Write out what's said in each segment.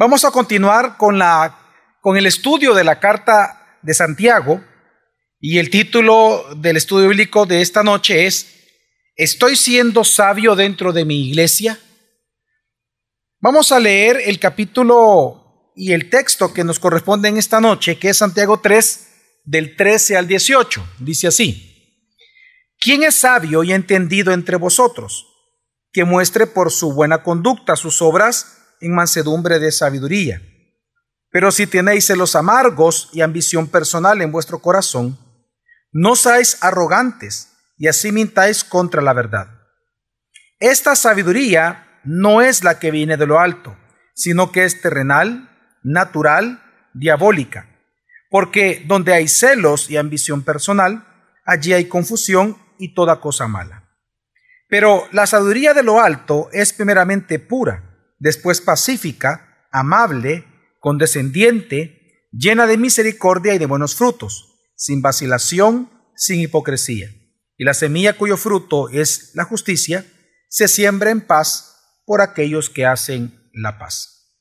Vamos a continuar con el estudio de la carta de Santiago, y el título del estudio bíblico de esta noche es ¿Estoy siendo sabio dentro de mi iglesia? Vamos a leer el capítulo y el texto que nos corresponde en esta noche, que es Santiago 3, del 13 al 18. Dice así: ¿Quién es sabio y entendido entre vosotros? Que muestre por su buena conducta sus obras en mansedumbre de sabiduría. Pero si tenéis celos amargos y ambición personal en vuestro corazón, no seáis arrogantes y así mintáis contra la verdad. Esta sabiduría no es la que viene de lo alto, sino que es terrenal, natural, diabólica. Porque donde hay celos y ambición personal, allí hay confusión y toda cosa mala. Pero la sabiduría de lo alto es primeramente pura, después pacífica, amable, condescendiente, llena de misericordia y de buenos frutos, sin vacilación, sin hipocresía. Y la semilla cuyo fruto es la justicia, se siembra en paz por aquellos que hacen la paz.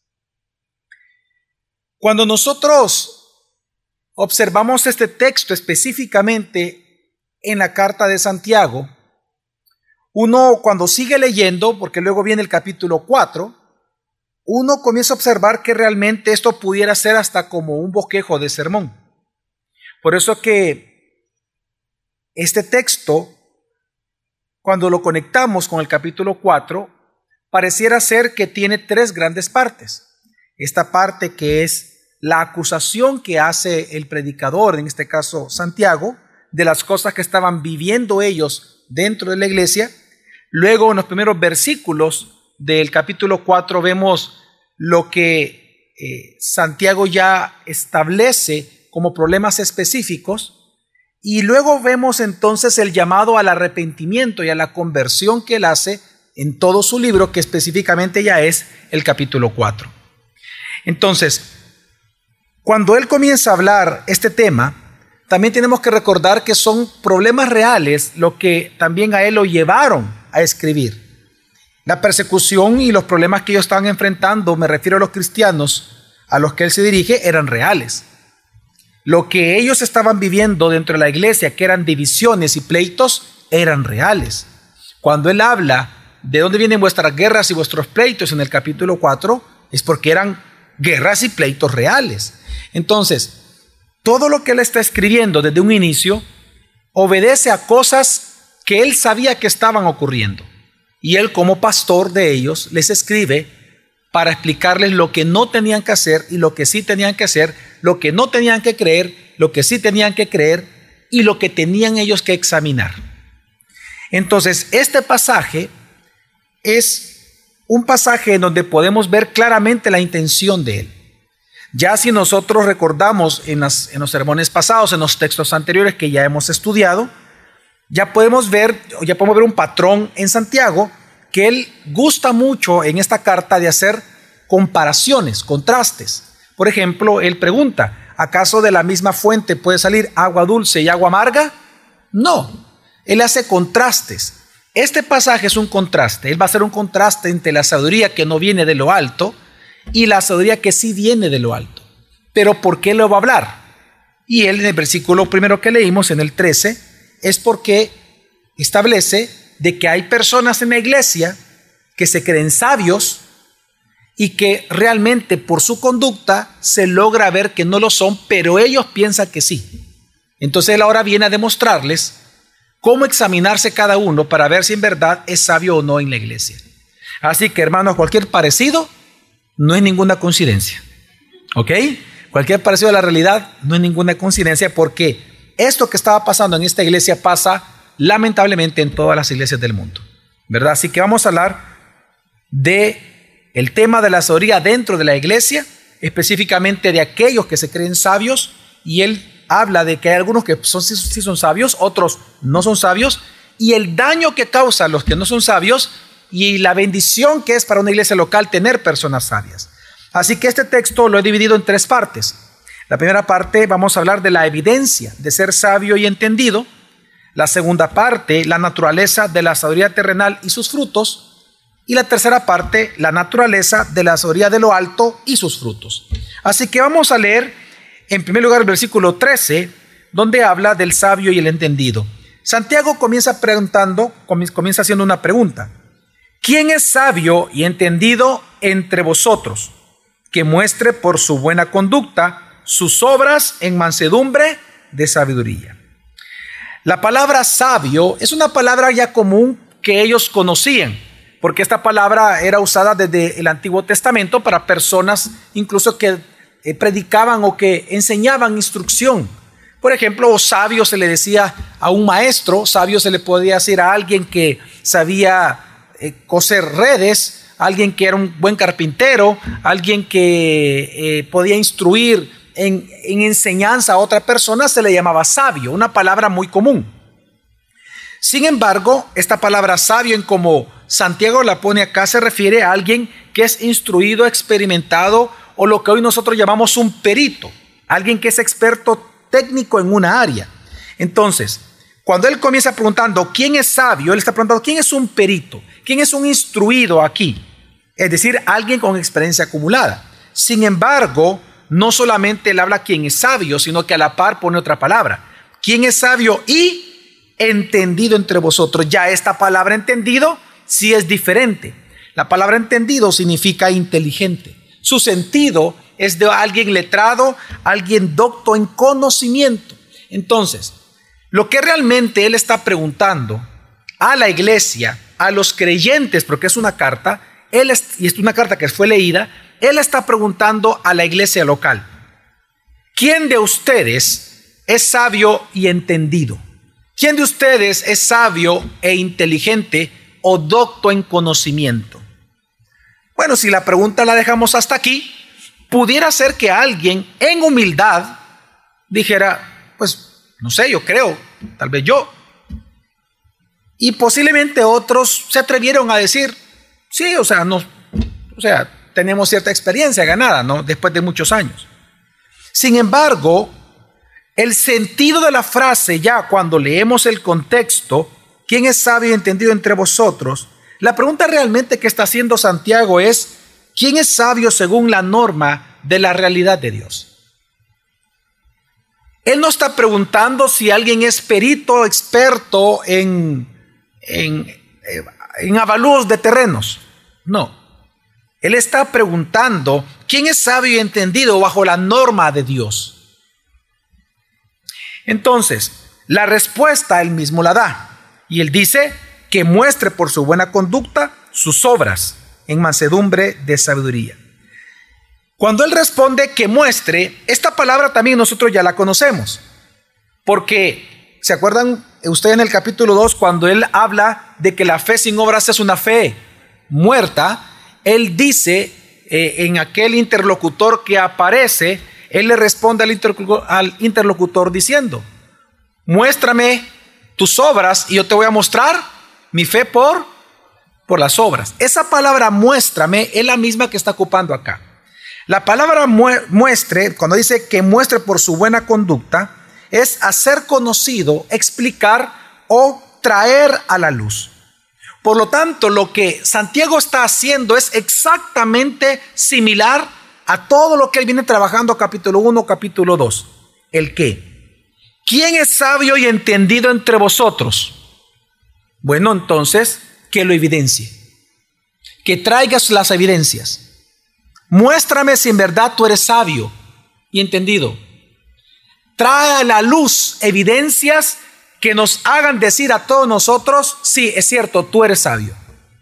Cuando nosotros observamos este texto específicamente en la carta de Santiago, uno cuando sigue leyendo, porque luego viene el capítulo 4, uno comienza a observar que realmente esto pudiera ser hasta como un bosquejo de sermón. Por eso que este texto, cuando lo conectamos con el capítulo 4, pareciera ser que tiene tres grandes partes. Esta parte que es la acusación que hace el predicador, en este caso Santiago, de las cosas que estaban viviendo ellos dentro de la iglesia. Luego, en los primeros versículos del capítulo 4, vemos lo que Santiago ya establece como problemas específicos, y luego vemos entonces el llamado al arrepentimiento y a la conversión que él hace en todo su libro, que específicamente ya es el capítulo 4. Entonces, cuando él comienza a hablar este tema, también tenemos que recordar que son problemas reales lo que también a él lo llevaron a escribir. La persecución y los problemas que ellos estaban enfrentando, me refiero a los cristianos a los que él se dirige, eran reales. Lo que ellos estaban viviendo dentro de la iglesia, que eran divisiones y pleitos, eran reales. Cuando él habla de dónde vienen vuestras guerras y vuestros pleitos en el capítulo 4, es porque eran guerras y pleitos reales. Entonces, todo lo que él está escribiendo desde un inicio obedece a cosas que él sabía que estaban ocurriendo. Y él, como pastor de ellos, les escribe para explicarles lo que no tenían que hacer y lo que sí tenían que hacer, lo que no tenían que creer, lo que sí tenían que creer y lo que tenían ellos que examinar. Entonces, este pasaje es un pasaje en donde podemos ver claramente la intención de él. Ya si nosotros recordamos en los sermones pasados, en los textos anteriores que ya hemos estudiado, ya podemos ver un patrón en Santiago, que él gusta mucho en esta carta de hacer comparaciones, contrastes. Por ejemplo, él pregunta, ¿acaso de la misma fuente puede salir agua dulce y agua amarga? No, él hace contrastes. Este pasaje es un contraste, él va a hacer un contraste entre la sabiduría que no viene de lo alto y la sabiduría que sí viene de lo alto. Pero ¿por qué lo va a hablar? Y él en el versículo primero que leímos, en el 13, es porque establece de que hay personas en la iglesia que se creen sabios y que realmente por su conducta se logra ver que no lo son, pero ellos piensan que sí. Entonces él ahora viene a demostrarles cómo examinarse cada uno para ver si en verdad es sabio o no en la iglesia. Así que, hermanos, cualquier parecido no es ninguna coincidencia. ¿Ok? Cualquier parecido a la realidad no es ninguna coincidencia, porque esto que estaba pasando en esta iglesia pasa lamentablemente en todas las iglesias del mundo, ¿verdad? Así que vamos a hablar de el tema de la sabiduría dentro de la iglesia, específicamente de aquellos que se creen sabios, y él habla de que hay algunos que sí son sabios, otros no son sabios, y el daño que causan los que no son sabios y la bendición que es para una iglesia local tener personas sabias. Así que este texto lo he dividido en tres partes. La primera parte vamos a hablar de la evidencia de ser sabio y entendido. La segunda parte, la naturaleza de la sabiduría terrenal y sus frutos. Y la tercera parte, la naturaleza de la sabiduría de lo alto y sus frutos. Así que vamos a leer en primer lugar el versículo 13, donde habla del sabio y el entendido. Santiago comienza haciendo una pregunta. ¿Quién es sabio y entendido entre vosotros, que muestre por su buena conducta sus obras en mansedumbre de sabiduría? La palabra sabio es una palabra ya común que ellos conocían, porque esta palabra era usada desde el Antiguo Testamento para personas incluso que predicaban o que enseñaban instrucción. Por ejemplo, sabio se le decía a un maestro, sabio se le podía decir a alguien que sabía coser redes, alguien que era un buen carpintero, alguien que podía instruir en enseñanza a otra persona, se le llamaba sabio, una palabra muy común. Sin embargo, esta palabra sabio, en como Santiago la pone acá, se refiere a alguien que es instruido, experimentado, o lo que hoy nosotros llamamos un perito, alguien que es experto técnico en una área. Entonces, cuando él comienza preguntando quién es sabio, él está preguntando quién es un perito, quién es un instruido aquí, es decir, alguien con experiencia acumulada. Sin embargo, no solamente él habla quién es sabio, sino que a la par pone otra palabra, quién es sabio y entendido entre vosotros. Ya esta palabra entendido sí es diferente. La palabra entendido significa inteligente. Su sentido es de alguien letrado, alguien docto en conocimiento. Entonces, lo que realmente él está preguntando a la iglesia, a los creyentes, porque es una carta, y es una carta que fue leída, él está preguntando a la iglesia local: ¿quién de ustedes es sabio y entendido? ¿Quién de ustedes es sabio e inteligente o docto en conocimiento? Bueno, si la pregunta la dejamos hasta aquí, pudiera ser que alguien en humildad dijera, pues no sé, yo creo, tal vez yo. Y posiblemente otros se atrevieron a decir, sí, tenemos cierta experiencia ganada, ¿no? Después de muchos años. Sin embargo, el sentido de la frase, ya cuando leemos el contexto, ¿quién es sabio y entendido entre vosotros? La pregunta realmente que está haciendo Santiago es, ¿quién es sabio según la norma de la realidad de Dios? Él no está preguntando si alguien es perito, experto en avalúos de terrenos. No. Él está preguntando, ¿quién es sabio y entendido bajo la norma de Dios? Entonces, la respuesta él mismo la da. Y él dice que muestre por su buena conducta sus obras en mansedumbre de sabiduría. Cuando él responde que muestre, esta palabra también nosotros ya la conocemos. Porque, ¿se acuerdan ustedes en el capítulo 2 cuando él habla de que la fe sin obras es una fe muerta? Él dice en aquel interlocutor que aparece, él le responde al interlocutor diciendo, muéstrame tus obras y yo te voy a mostrar mi fe por las obras. Esa palabra muéstrame es la misma que está ocupando acá. La palabra muestre, cuando dice que muestre por su buena conducta, es hacer conocido, explicar o traer a la luz. Por lo tanto, lo que Santiago está haciendo es exactamente similar a todo lo que él viene trabajando capítulo 1, capítulo 2. ¿El qué? ¿Quién es sabio y entendido entre vosotros? Bueno, entonces, que lo evidencie. Que traigas las evidencias. Muéstrame si en verdad tú eres sabio y entendido. Trae a la luz evidencias que nos hagan decir a todos nosotros, sí, es cierto, tú eres sabio.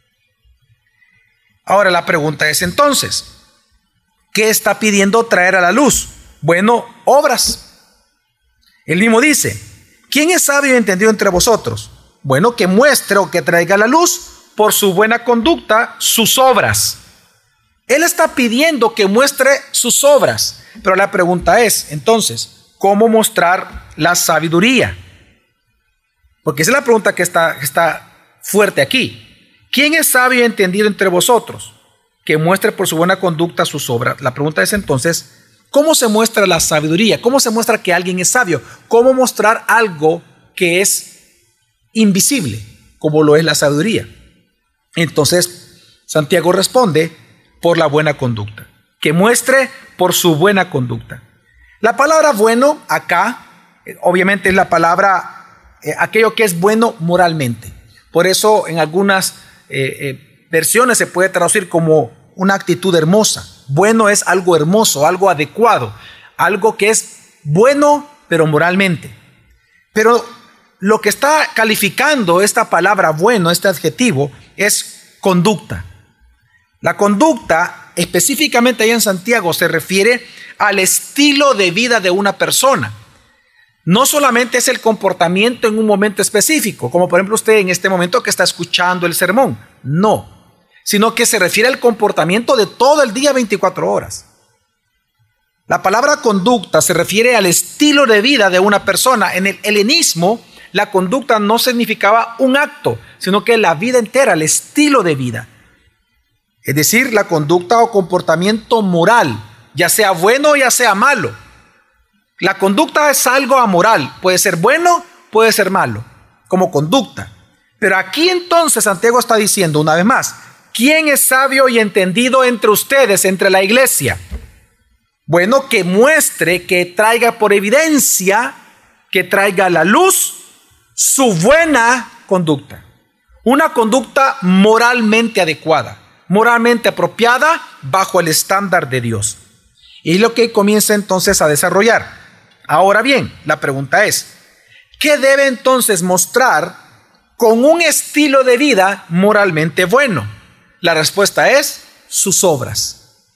Ahora la pregunta es entonces, ¿qué está pidiendo traer a la luz? Bueno, obras. Él mismo dice, ¿quién es sabio y entendido entre vosotros? Bueno, que muestre o que traiga a la luz por su buena conducta sus obras. Él está pidiendo que muestre sus obras, pero la pregunta es, entonces, ¿cómo mostrar la sabiduría? Porque esa es la pregunta que está fuerte aquí. ¿Quién es sabio y entendido entre vosotros? Que muestre por su buena conducta sus obras. La pregunta es entonces, ¿cómo se muestra la sabiduría? ¿Cómo se muestra que alguien es sabio? ¿Cómo mostrar algo que es invisible, como lo es la sabiduría? Entonces, Santiago responde por la buena conducta, que muestre por su buena conducta. La palabra bueno acá, obviamente es la palabra, aquello que es bueno moralmente. Por eso en algunas versiones se puede traducir como una actitud hermosa. Bueno es algo hermoso, algo adecuado, algo que es bueno pero moralmente. Pero lo que está calificando esta palabra bueno, este adjetivo, es conducta. La conducta, específicamente ahí en Santiago, se refiere al estilo de vida de una persona. No solamente es el comportamiento en un momento específico, como por ejemplo usted en este momento que está escuchando el sermón. No, sino que se refiere al comportamiento de todo el día, 24 horas. La palabra conducta se refiere al estilo de vida de una persona. En el helenismo, la conducta no significaba un acto, sino que la vida entera, el estilo de vida. Es decir, la conducta o comportamiento moral, ya sea bueno o ya sea malo. La conducta es algo amoral, puede ser bueno, puede ser malo, como conducta. Pero aquí entonces Santiago está diciendo una vez más, ¿quién es sabio y entendido entre ustedes, entre la iglesia? Bueno, que muestre, que traiga por evidencia, que traiga a la luz su buena conducta. Una conducta moralmente adecuada, moralmente apropiada bajo el estándar de Dios. Y lo que comienza entonces a desarrollar. Ahora bien, la pregunta es, ¿qué debe entonces mostrar con un estilo de vida moralmente bueno? La respuesta es sus obras.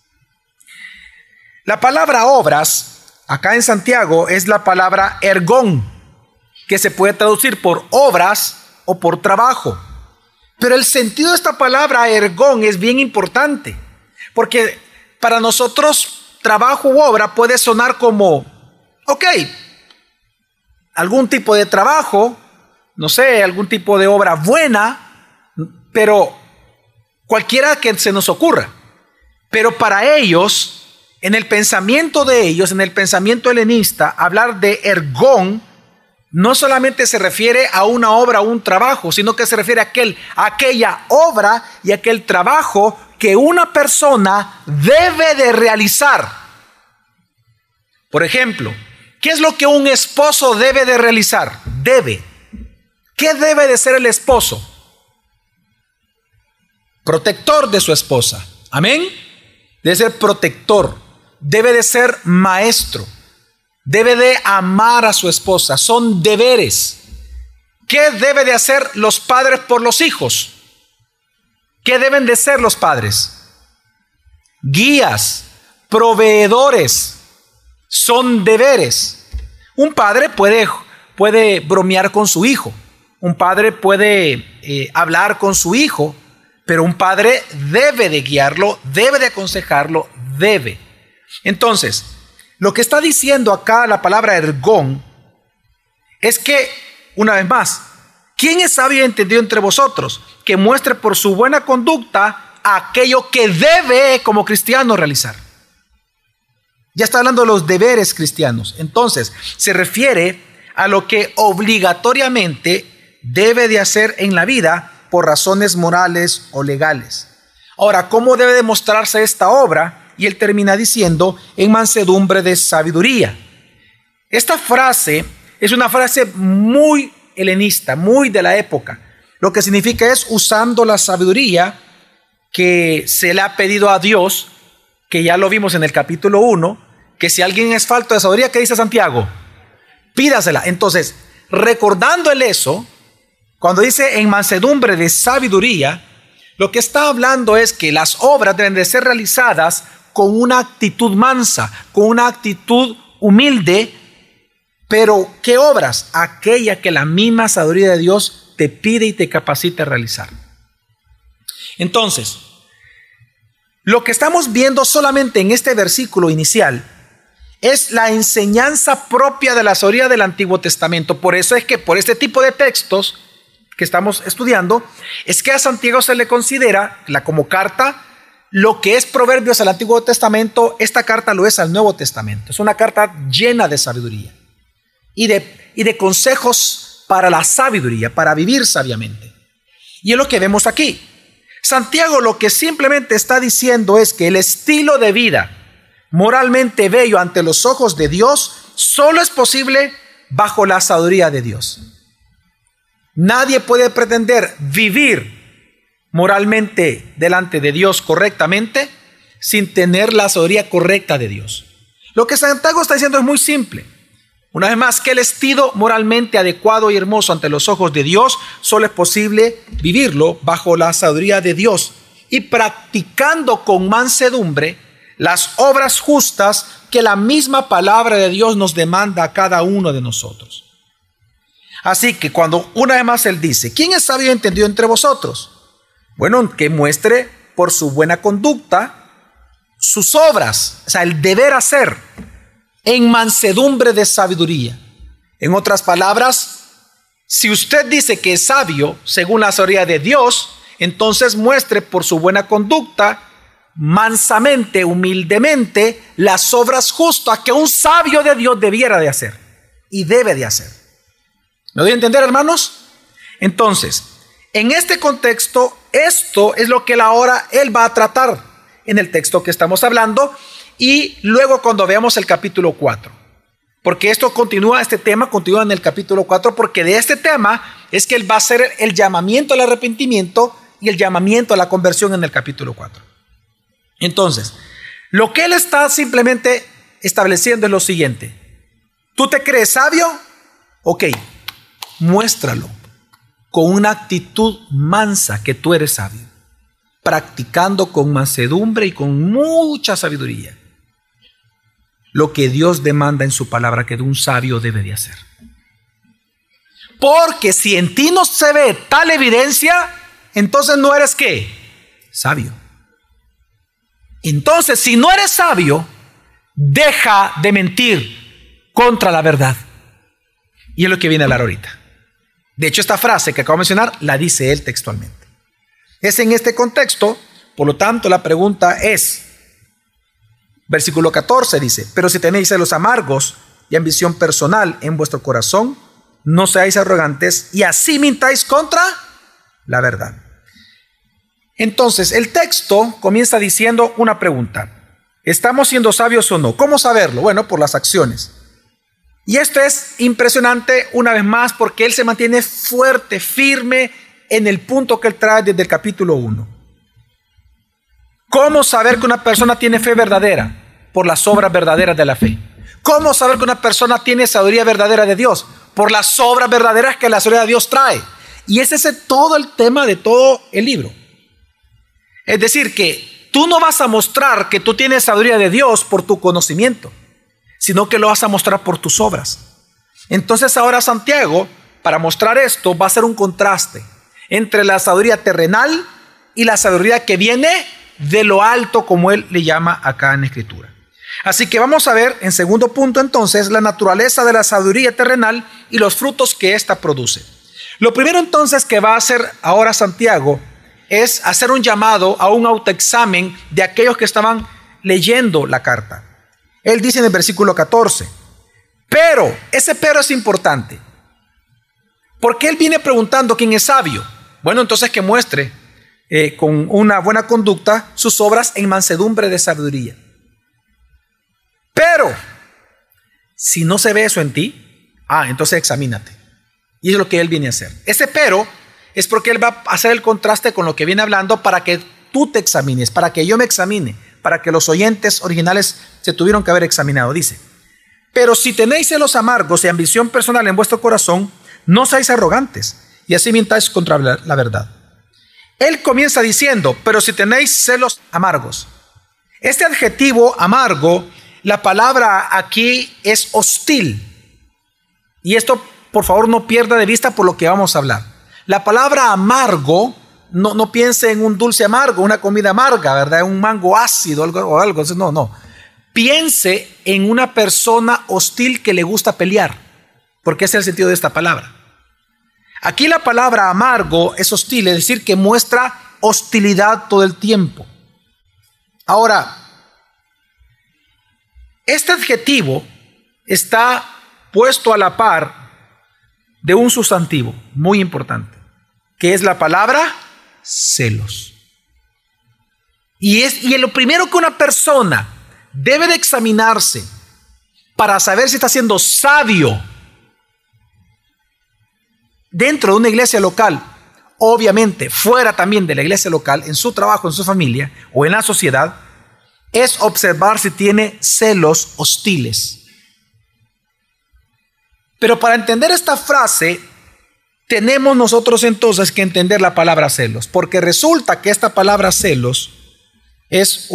La palabra obras, acá en Santiago, es la palabra ergón, que se puede traducir por obras o por trabajo. Pero el sentido de esta palabra ergón es bien importante, porque para nosotros trabajo u obra puede sonar como, ok, algún tipo de trabajo, no sé, algún tipo de obra buena, pero cualquiera que se nos ocurra. Pero para ellos, en el pensamiento de ellos, en el pensamiento helenista, hablar de ergón no solamente se refiere a una obra o un trabajo, sino que se refiere a aquella obra y aquel trabajo que una persona debe de realizar. Por ejemplo, ¿qué es lo que un esposo debe de realizar? ¿Qué debe de ser el esposo? Protector de su esposa. Amén. Debe ser protector. Debe de ser maestro. Debe de amar a su esposa. Son deberes. ¿Qué debe de hacer los padres por los hijos? ¿Qué deben de ser los padres? Guías, proveedores. Son deberes. Un padre puede bromear con su hijo. Un padre puede hablar con su hijo. Pero un padre debe de guiarlo, debe de aconsejarlo, debe. Entonces, lo que está diciendo acá la palabra ergón es que, una vez más, ¿quién es sabio y entendido entre vosotros? Que muestre por su buena conducta aquello que debe como cristiano realizar. Ya está hablando de los deberes cristianos. Entonces, se refiere a lo que obligatoriamente debe de hacer en la vida por razones morales o legales. Ahora, ¿cómo debe demostrarse esta obra? Y él termina diciendo, en mansedumbre de sabiduría. Esta frase es una frase muy helenista, muy de la época. Lo que significa es usando la sabiduría que se le ha pedido a Dios, que ya lo vimos en el capítulo 1, que si alguien es falto de sabiduría, ¿qué dice Santiago? Pídasela. Entonces, recordándole eso, cuando dice en mansedumbre de sabiduría, lo que está hablando es que las obras deben de ser realizadas con una actitud mansa, con una actitud humilde. Pero, ¿qué obras? Aquella que la misma sabiduría de Dios te pide y te capacita a realizar. Entonces, lo que estamos viendo solamente en este versículo inicial es la enseñanza propia de la sabiduría del Antiguo Testamento. Por eso es que por este tipo de textos que estamos estudiando, es que a Santiago se le considera como carta. Lo que es Proverbios al Antiguo Testamento, esta carta lo es al Nuevo Testamento. Es una carta llena de sabiduría y de consejos para la sabiduría, para vivir sabiamente. Y es lo que vemos aquí. Santiago lo que simplemente está diciendo es que el estilo de vida moralmente bello ante los ojos de Dios solo es posible bajo la sabiduría de Dios. Nadie puede pretender vivir moralmente delante de Dios correctamente sin tener la sabiduría correcta de Dios. Lo que Santiago está diciendo es muy simple. Una vez más, que el estilo moralmente adecuado y hermoso ante los ojos de Dios solo es posible vivirlo bajo la sabiduría de Dios y practicando con mansedumbre las obras justas que la misma palabra de Dios nos demanda a cada uno de nosotros. Así que cuando una vez más él dice, ¿quién es sabio y entendido entre vosotros? Bueno, que muestre por su buena conducta sus obras, o sea, el deber hacer en mansedumbre de sabiduría. En otras palabras, si usted dice que es sabio según la sabiduría de Dios, entonces muestre por su buena conducta mansamente, humildemente, las obras justas que un sabio de Dios debiera de hacer y debe de hacer. ¿Me doy a entender, hermanos? Entonces, en este contexto, esto es lo que ahora él va a tratar en el texto que estamos hablando y luego cuando veamos el capítulo 4. Porque este tema continúa en el capítulo 4 porque de este tema es que él va a hacer el llamamiento al arrepentimiento y el llamamiento a la conversión en el capítulo 4. Entonces, lo que él está simplemente estableciendo es lo siguiente. ¿Tú te crees sabio? Ok, muéstralo con una actitud mansa que tú eres sabio, practicando con mansedumbre y con mucha sabiduría lo que Dios demanda en su palabra que de un sabio debe de hacer. Porque si en ti no se ve tal evidencia, entonces no eres ¿qué? Sabio. Entonces, si no eres sabio, deja de mentir contra la verdad. Y es lo que viene a hablar ahorita. De hecho, esta frase que acabo de mencionar la dice él textualmente. Es en este contexto, por lo tanto, la pregunta es, versículo 14 dice, pero si tenéis celos amargos y ambición personal en vuestro corazón, no seáis arrogantes y así mintáis contra la verdad. Entonces, el texto comienza diciendo una pregunta. ¿Estamos siendo sabios o no? ¿Cómo saberlo? Bueno, por las acciones. Y esto es impresionante una vez más porque él se mantiene fuerte, firme en el punto que él trae desde el capítulo 1. ¿Cómo saber que una persona tiene fe verdadera? Por las obras verdaderas de la fe. ¿Cómo saber que una persona tiene sabiduría verdadera de Dios? Por las obras verdaderas que la sabiduría de Dios trae. Y ese es todo el tema de todo el libro. Es decir, que tú no vas a mostrar que tú tienes sabiduría de Dios por tu conocimiento, sino que lo vas a mostrar por tus obras. Entonces ahora Santiago, para mostrar esto, va a hacer un contraste entre la sabiduría terrenal y la sabiduría que viene de lo alto, como él le llama acá en la Escritura. Así que vamos a ver en segundo punto entonces la naturaleza de la sabiduría terrenal y los frutos que ésta produce. Lo primero entonces que va a hacer ahora Santiago es hacer un llamado a un autoexamen de aquellos que estaban leyendo la carta. Él dice en el versículo 14, pero, ese pero es importante, porque él viene preguntando quién es sabio. Bueno, entonces que muestre con una buena conducta sus obras en mansedumbre de sabiduría. Pero, si no se ve eso en ti, entonces examínate. Y es lo que él viene a hacer. Ese pero es porque él va a hacer el contraste con lo que viene hablando para que tú te examines, para que yo me examine, para que los oyentes originales se tuvieron que haber examinado. Dice, pero si tenéis celos amargos y ambición personal en vuestro corazón, no seáis arrogantes y así mintáis contra la verdad. Él comienza diciendo, pero si tenéis celos amargos. Este adjetivo amargo, la palabra aquí es hostil. Y esto, por favor, no pierda de vista por lo que vamos a hablar. La palabra amargo, no piense en un dulce amargo, una comida amarga, ¿verdad? Un mango ácido o algo. No. Piense en una persona hostil que le gusta pelear, porque ese es el sentido de esta palabra. Aquí la palabra amargo es hostil, es decir, que muestra hostilidad todo el tiempo. Ahora, este adjetivo está puesto a la par de un sustantivo muy importante, que es la palabra celos. Y lo primero que una persona debe de examinarse para saber si está siendo sabio dentro de una iglesia local, obviamente fuera también de la iglesia local, en su trabajo, en su familia o en la sociedad, es observar si tiene celos hostiles. Pero para entender esta frase, tenemos nosotros entonces que entender la palabra celos, porque resulta que esta palabra celos es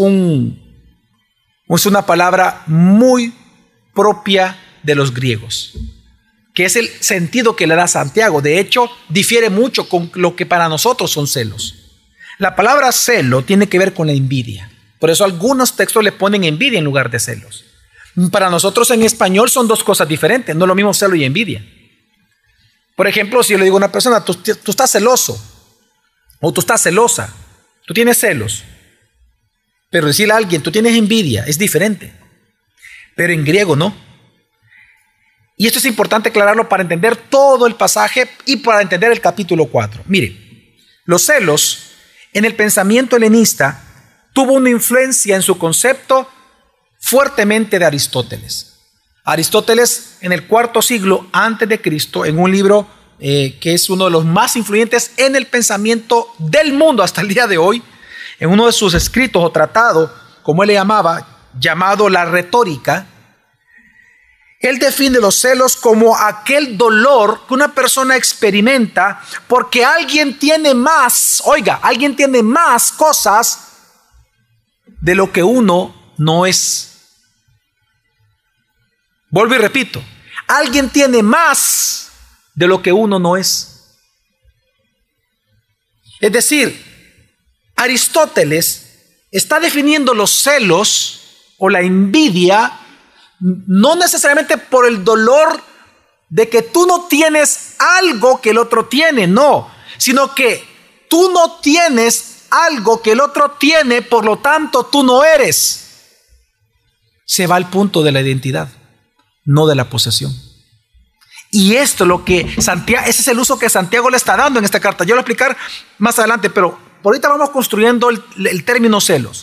una palabra muy propia de los griegos, que es el sentido que le da Santiago. De hecho, difiere mucho con lo que para nosotros son celos. La palabra celo tiene que ver con la envidia. Por eso algunos textos le ponen envidia en lugar de celos. Para nosotros en español son dos cosas diferentes, no es lo mismo celo y envidia. Por ejemplo, si yo le digo a una persona, tú estás celoso, o tú estás celosa, tú tienes celos. Pero decirle a alguien, tú tienes envidia, es diferente. Pero en griego no. Y esto es importante aclararlo para entender todo el pasaje y para entender el capítulo 4. Mire, los celos en el pensamiento helenista tuvo una influencia en su concepto fuertemente de Aristóteles. Aristóteles en el IV siglo antes de Cristo, en un libro que es uno de los más influyentes en el pensamiento del mundo hasta el día de hoy, en uno de sus escritos o tratado, como él le llamado La Retórica, él define los celos como aquel dolor que una persona experimenta porque alguien tiene más, alguien tiene más cosas de lo que uno no es. Vuelvo y repito, alguien tiene más de lo que uno no es. Es decir, Aristóteles está definiendo los celos o la envidia no necesariamente por el dolor de que tú no tienes algo que el otro tiene, no, sino que tú no tienes algo que el otro tiene, por lo tanto tú no eres. Se va al punto de la identidad, no de la posesión. Y esto es lo que Santiago, ese es el uso que Santiago le está dando en esta carta. Yo lo voy a explicar más adelante, pero por ahorita vamos construyendo el término celos.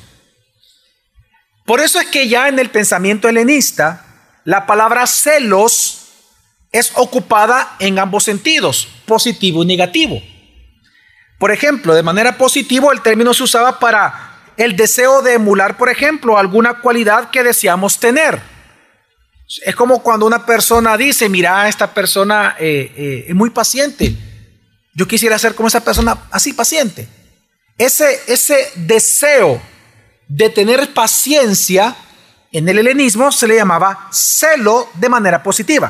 Por eso es que ya en el pensamiento helenista, la palabra celos es ocupada en ambos sentidos, positivo y negativo. Por ejemplo, de manera positiva, el término se usaba para el deseo de emular, por ejemplo, alguna cualidad que deseamos tener. Es como cuando una persona dice, mira, esta persona es muy paciente. Yo quisiera ser como esa persona, así paciente. Ese deseo de tener paciencia en el helenismo se le llamaba celo de manera positiva.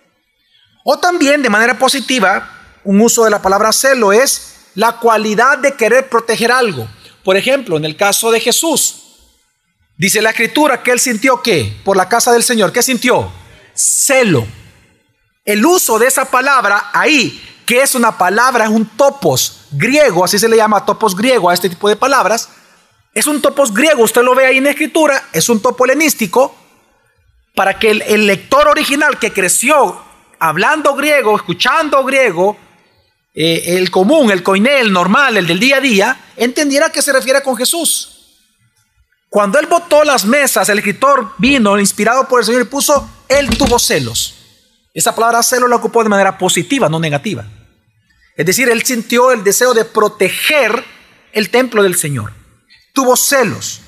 O también de manera positiva, un uso de la palabra celo es la cualidad de querer proteger algo. Por ejemplo, en el caso de Jesús, dice la Escritura que él sintió ¿qué? Por la casa del Señor. ¿Qué sintió? Celo. El uso de esa palabra ahí, que es una palabra, es un topos griego, así se le llama topos griego a este tipo de palabras. Es un topos griego, usted lo ve ahí en la Escritura, es un topo helenístico, para que el lector original que creció hablando griego, escuchando griego, el común, el koiné, el normal, el del día a día, entendiera a qué se refiere con Jesús. Cuando él botó las mesas, el escritor vino inspirado por el Señor y puso, él tuvo celos. Esa palabra celo la ocupó de manera positiva, no negativa. Es decir, él sintió el deseo de proteger el templo del Señor. Tuvo celos.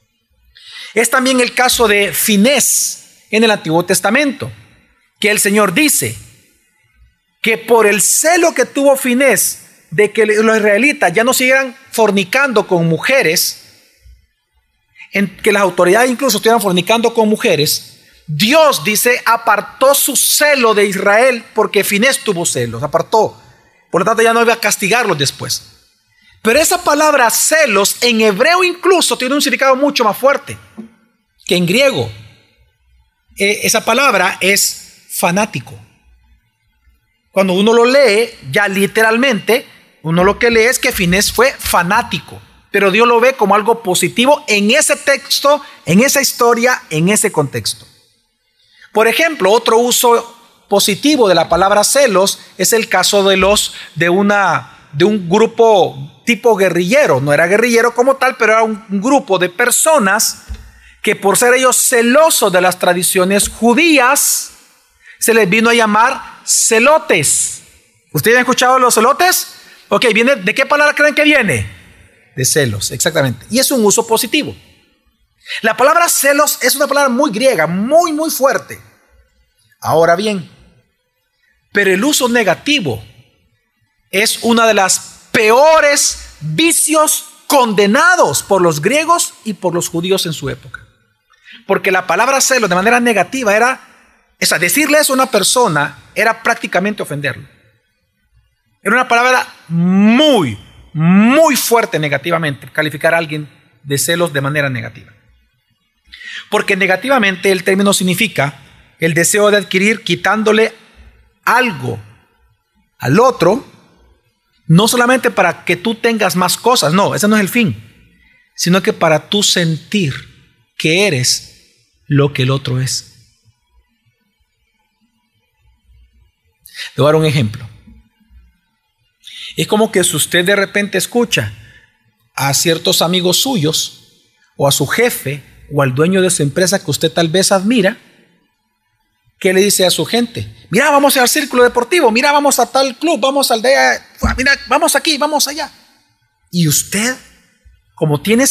Es también el caso de Finés en el Antiguo Testamento, que el Señor dice que por el celo que tuvo Finés de que los israelitas ya no siguieran fornicando con mujeres, en que las autoridades incluso estuvieran fornicando con mujeres, Dios, dice, apartó su celo de Israel porque Finés tuvo celos, apartó. Por lo tanto ya no iba a castigarlos después. Pero esa palabra celos en hebreo incluso tiene un significado mucho más fuerte que en griego. Esa palabra es fanático. Cuando uno lo lee, ya literalmente, uno lo que lee es que Finés fue fanático. Pero Dios lo ve como algo positivo en ese texto, en esa historia, en ese contexto. Por ejemplo, otro uso positivo de la palabra celos es el caso de un grupo tipo guerrillero. No era guerrillero como tal, pero era un grupo de personas que, por ser ellos celosos de las tradiciones judías, se les vino a llamar celotes. ¿Ustedes han escuchado los celotes? Ok, ¿viene, ¿de qué palabra creen que viene? De celos, exactamente. Y es un uso positivo. La palabra celos es una palabra muy griega, muy, muy fuerte. Ahora bien, pero el uso negativo es una de las peores vicios condenados por los griegos y por los judíos en su época. Porque la palabra celos de manera negativa era, o sea, decirle eso a una persona era prácticamente ofenderlo. Era una palabra muy, muy fuerte negativamente, calificar a alguien de celos de manera negativa. Porque negativamente el término significa el deseo de adquirir quitándole algo al otro, no solamente para que tú tengas más cosas, no, ese no es el fin, sino que para tú sentir que eres lo que el otro es. Le voy a dar un ejemplo. Es como que si usted de repente escucha a ciertos amigos suyos o a su jefe o al dueño de su empresa que usted tal vez admira, ¿qué le dice a su gente? Mira, vamos al círculo deportivo, mira, vamos a tal club, vamos al de allá, mira, vamos aquí, vamos allá. Y usted, como tiene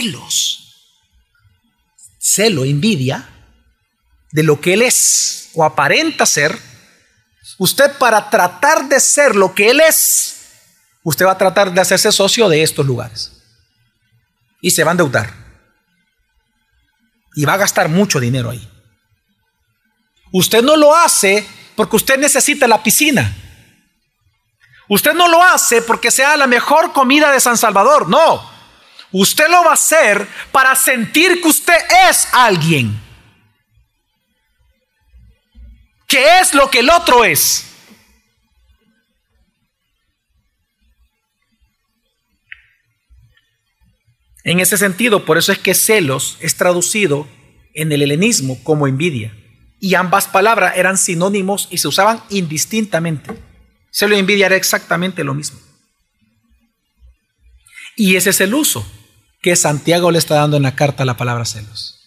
envidia de lo que él es o aparenta ser, usted para tratar de ser lo que él es, usted va a tratar de hacerse socio de estos lugares. Y se va a endeudar. Y va a gastar mucho dinero ahí. Usted no lo hace porque usted necesita la piscina. Usted no lo hace porque sea la mejor comida de San Salvador. No. Usted lo va a hacer para sentir que usted es alguien. Que es lo que el otro es. En ese sentido, por eso es que celos es traducido en el helenismo como envidia. Y ambas palabras eran sinónimos y se usaban indistintamente. Celo y envidia era exactamente lo mismo. Y ese es el uso que Santiago le está dando en la carta a la palabra celos.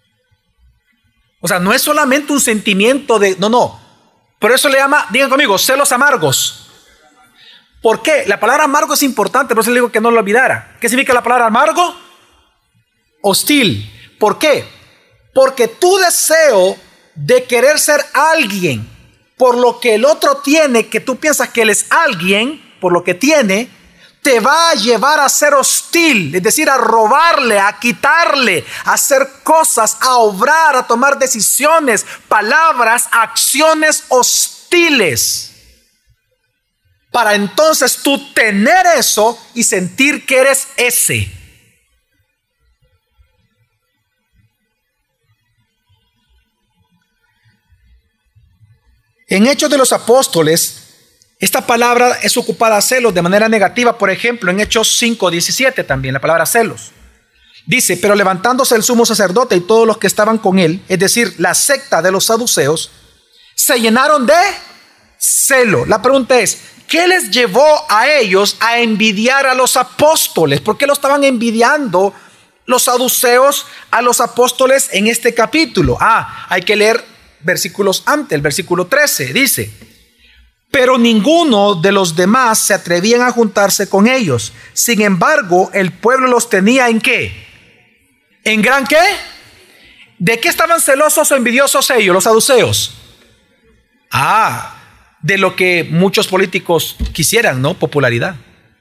O sea, no es solamente un sentimiento de... No. Por eso le llama, digan conmigo, celos amargos. ¿Por qué? La palabra amargo es importante, por eso le digo que no lo olvidara. ¿Qué significa la palabra amargo? Hostil. ¿Por qué? Porque tu deseo de querer ser alguien por lo que el otro tiene, que tú piensas que él es alguien por lo que tiene, te va a llevar a ser hostil, es decir, a robarle, a quitarle, a hacer cosas, a obrar, a tomar decisiones, palabras, acciones hostiles. Para entonces tú tener eso y sentir que eres ese. En Hechos de los Apóstoles, esta palabra es ocupada celos de manera negativa. Por ejemplo, en Hechos 5:17 también la palabra celos. Dice, pero levantándose el sumo sacerdote y todos los que estaban con él, es decir, la secta de los saduceos, se llenaron de celo. La pregunta es, ¿qué les llevó a ellos a envidiar a los apóstoles? ¿Por qué lo estaban envidiando los saduceos a los apóstoles en este capítulo? Hay que leer versículos antes, el versículo 13 dice, pero ninguno de los demás se atrevían a juntarse con ellos. Sin embargo, el pueblo los tenía ¿en qué? ¿En gran qué? ¿De qué estaban celosos o envidiosos ellos, los saduceos? De lo que muchos políticos quisieran, ¿no? Popularidad.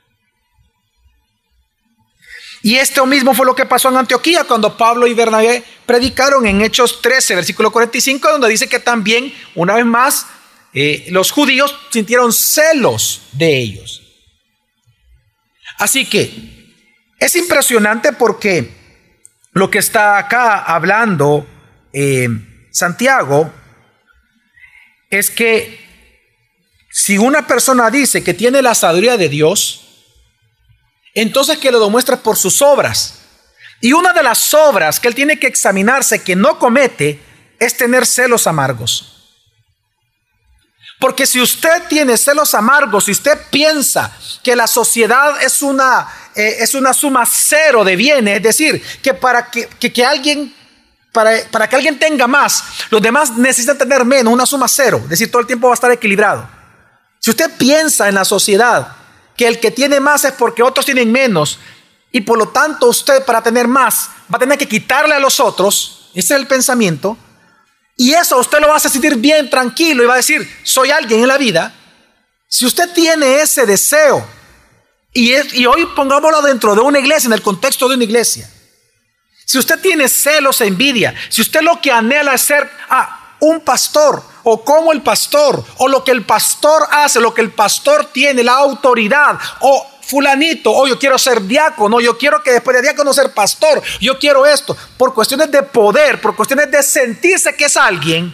Y esto mismo fue lo que pasó en Antioquía cuando Pablo y Bernabé predicaron en Hechos 13, versículo 45, donde dice que también, una vez más, los judíos sintieron celos de ellos. Así que es impresionante porque lo que está acá hablando Santiago es que si una persona dice que tiene la sabiduría de Dios, entonces que lo demuestre por sus obras. Y una de las obras que él tiene que examinarse que no comete es tener celos amargos. Porque si usted tiene celos amargos, si usted piensa que la sociedad es una suma cero de bienes, es decir, que para que alguien tenga más, los demás necesitan tener menos, una suma cero, es decir, todo el tiempo va a estar equilibrado. Si usted piensa en la sociedad que el que tiene más es porque otros tienen menos, y por lo tanto usted para tener más va a tener que quitarle a los otros, ese es el pensamiento, y eso usted lo va a hacer sentir bien, tranquilo, y va a decir, soy alguien en la vida. Si usted tiene ese deseo, y hoy pongámoslo dentro de una iglesia, en el contexto de una iglesia. Si usted tiene celos, envidia, si usted lo que anhela es ser un pastor, o como el pastor, o lo que el pastor hace, lo que el pastor tiene, la autoridad, o fulanito, yo quiero ser diácono, yo quiero que después de diácono ser pastor, yo quiero esto, por cuestiones de poder, por cuestiones de sentirse que es alguien,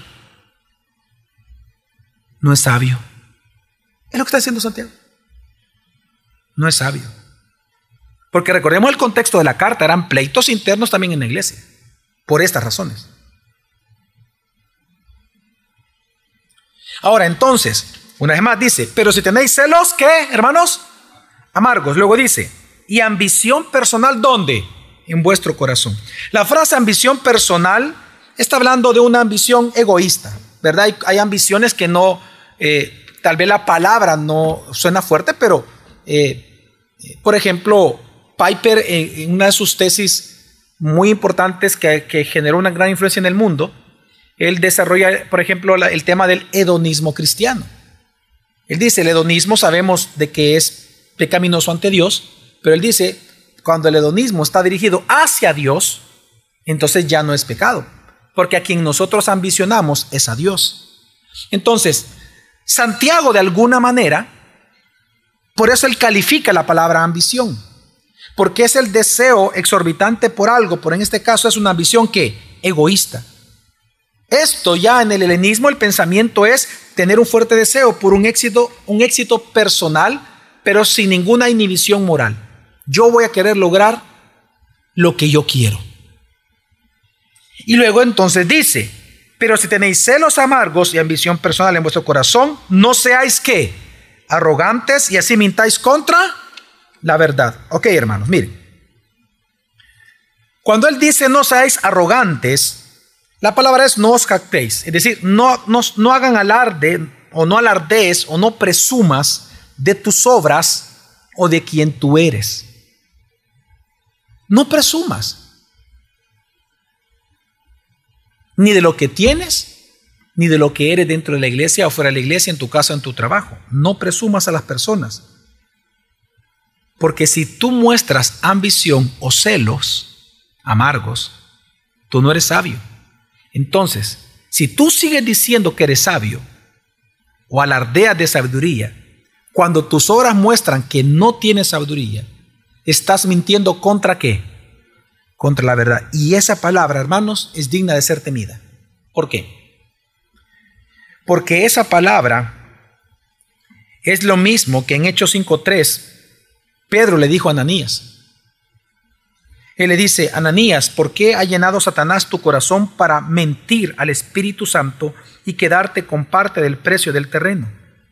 no es sabio. Es lo que está diciendo Santiago. No es sabio. Porque recordemos el contexto de la carta, eran pleitos internos también en la iglesia, por estas razones. Ahora entonces, una vez más dice, pero si tenéis celos, ¿qué, hermanos? Amargos. Luego dice, y ambición personal, ¿dónde? En vuestro corazón. La frase ambición personal está hablando de una ambición egoísta, ¿verdad? Hay ambiciones que no, tal vez la palabra no suena fuerte, pero, por ejemplo, Piper, en una de sus tesis muy importantes que generó una gran influencia en el mundo, él desarrolla, por ejemplo, el tema del hedonismo cristiano. Él dice, el hedonismo sabemos de que es pecaminoso ante Dios, pero él dice, cuando el hedonismo está dirigido hacia Dios, entonces ya no es pecado, porque a quien nosotros ambicionamos es a Dios. Entonces, Santiago de alguna manera, por eso él califica la palabra ambición, porque es el deseo exorbitante por algo, pero en este caso es una ambición que egoísta. Esto ya en el helenismo el pensamiento es tener un fuerte deseo por un éxito personal, pero sin ninguna inhibición moral. Yo voy a querer lograr lo que yo quiero. Y luego entonces dice, pero si tenéis celos amargos y ambición personal en vuestro corazón, no seáis ¿qué? Arrogantes y así mintáis contra la verdad. Ok, hermanos, miren. Cuando él dice no seáis arrogantes, la palabra es no os jactéis, es decir, no hagan alarde o no alardees o no presumas de tus obras o de quien tú eres. No presumas ni de lo que tienes, ni de lo que eres dentro de la iglesia o fuera de la iglesia, en tu casa o en tu trabajo. No presumas a las personas. Porque si tú muestras ambición o celos amargos, tú no eres sabio. Entonces, si tú sigues diciendo que eres sabio o alardeas de sabiduría, cuando tus obras muestran que no tienes sabiduría, estás mintiendo ¿contra qué? Contra la verdad. Y esa palabra, hermanos, es digna de ser temida. ¿Por qué? Porque esa palabra es lo mismo que en Hechos 5:3 Pedro le dijo a Ananías. Él le dice, Ananías, ¿por qué ha llenado Satanás tu corazón para mentir al Espíritu Santo y quedarte con parte del precio del terreno?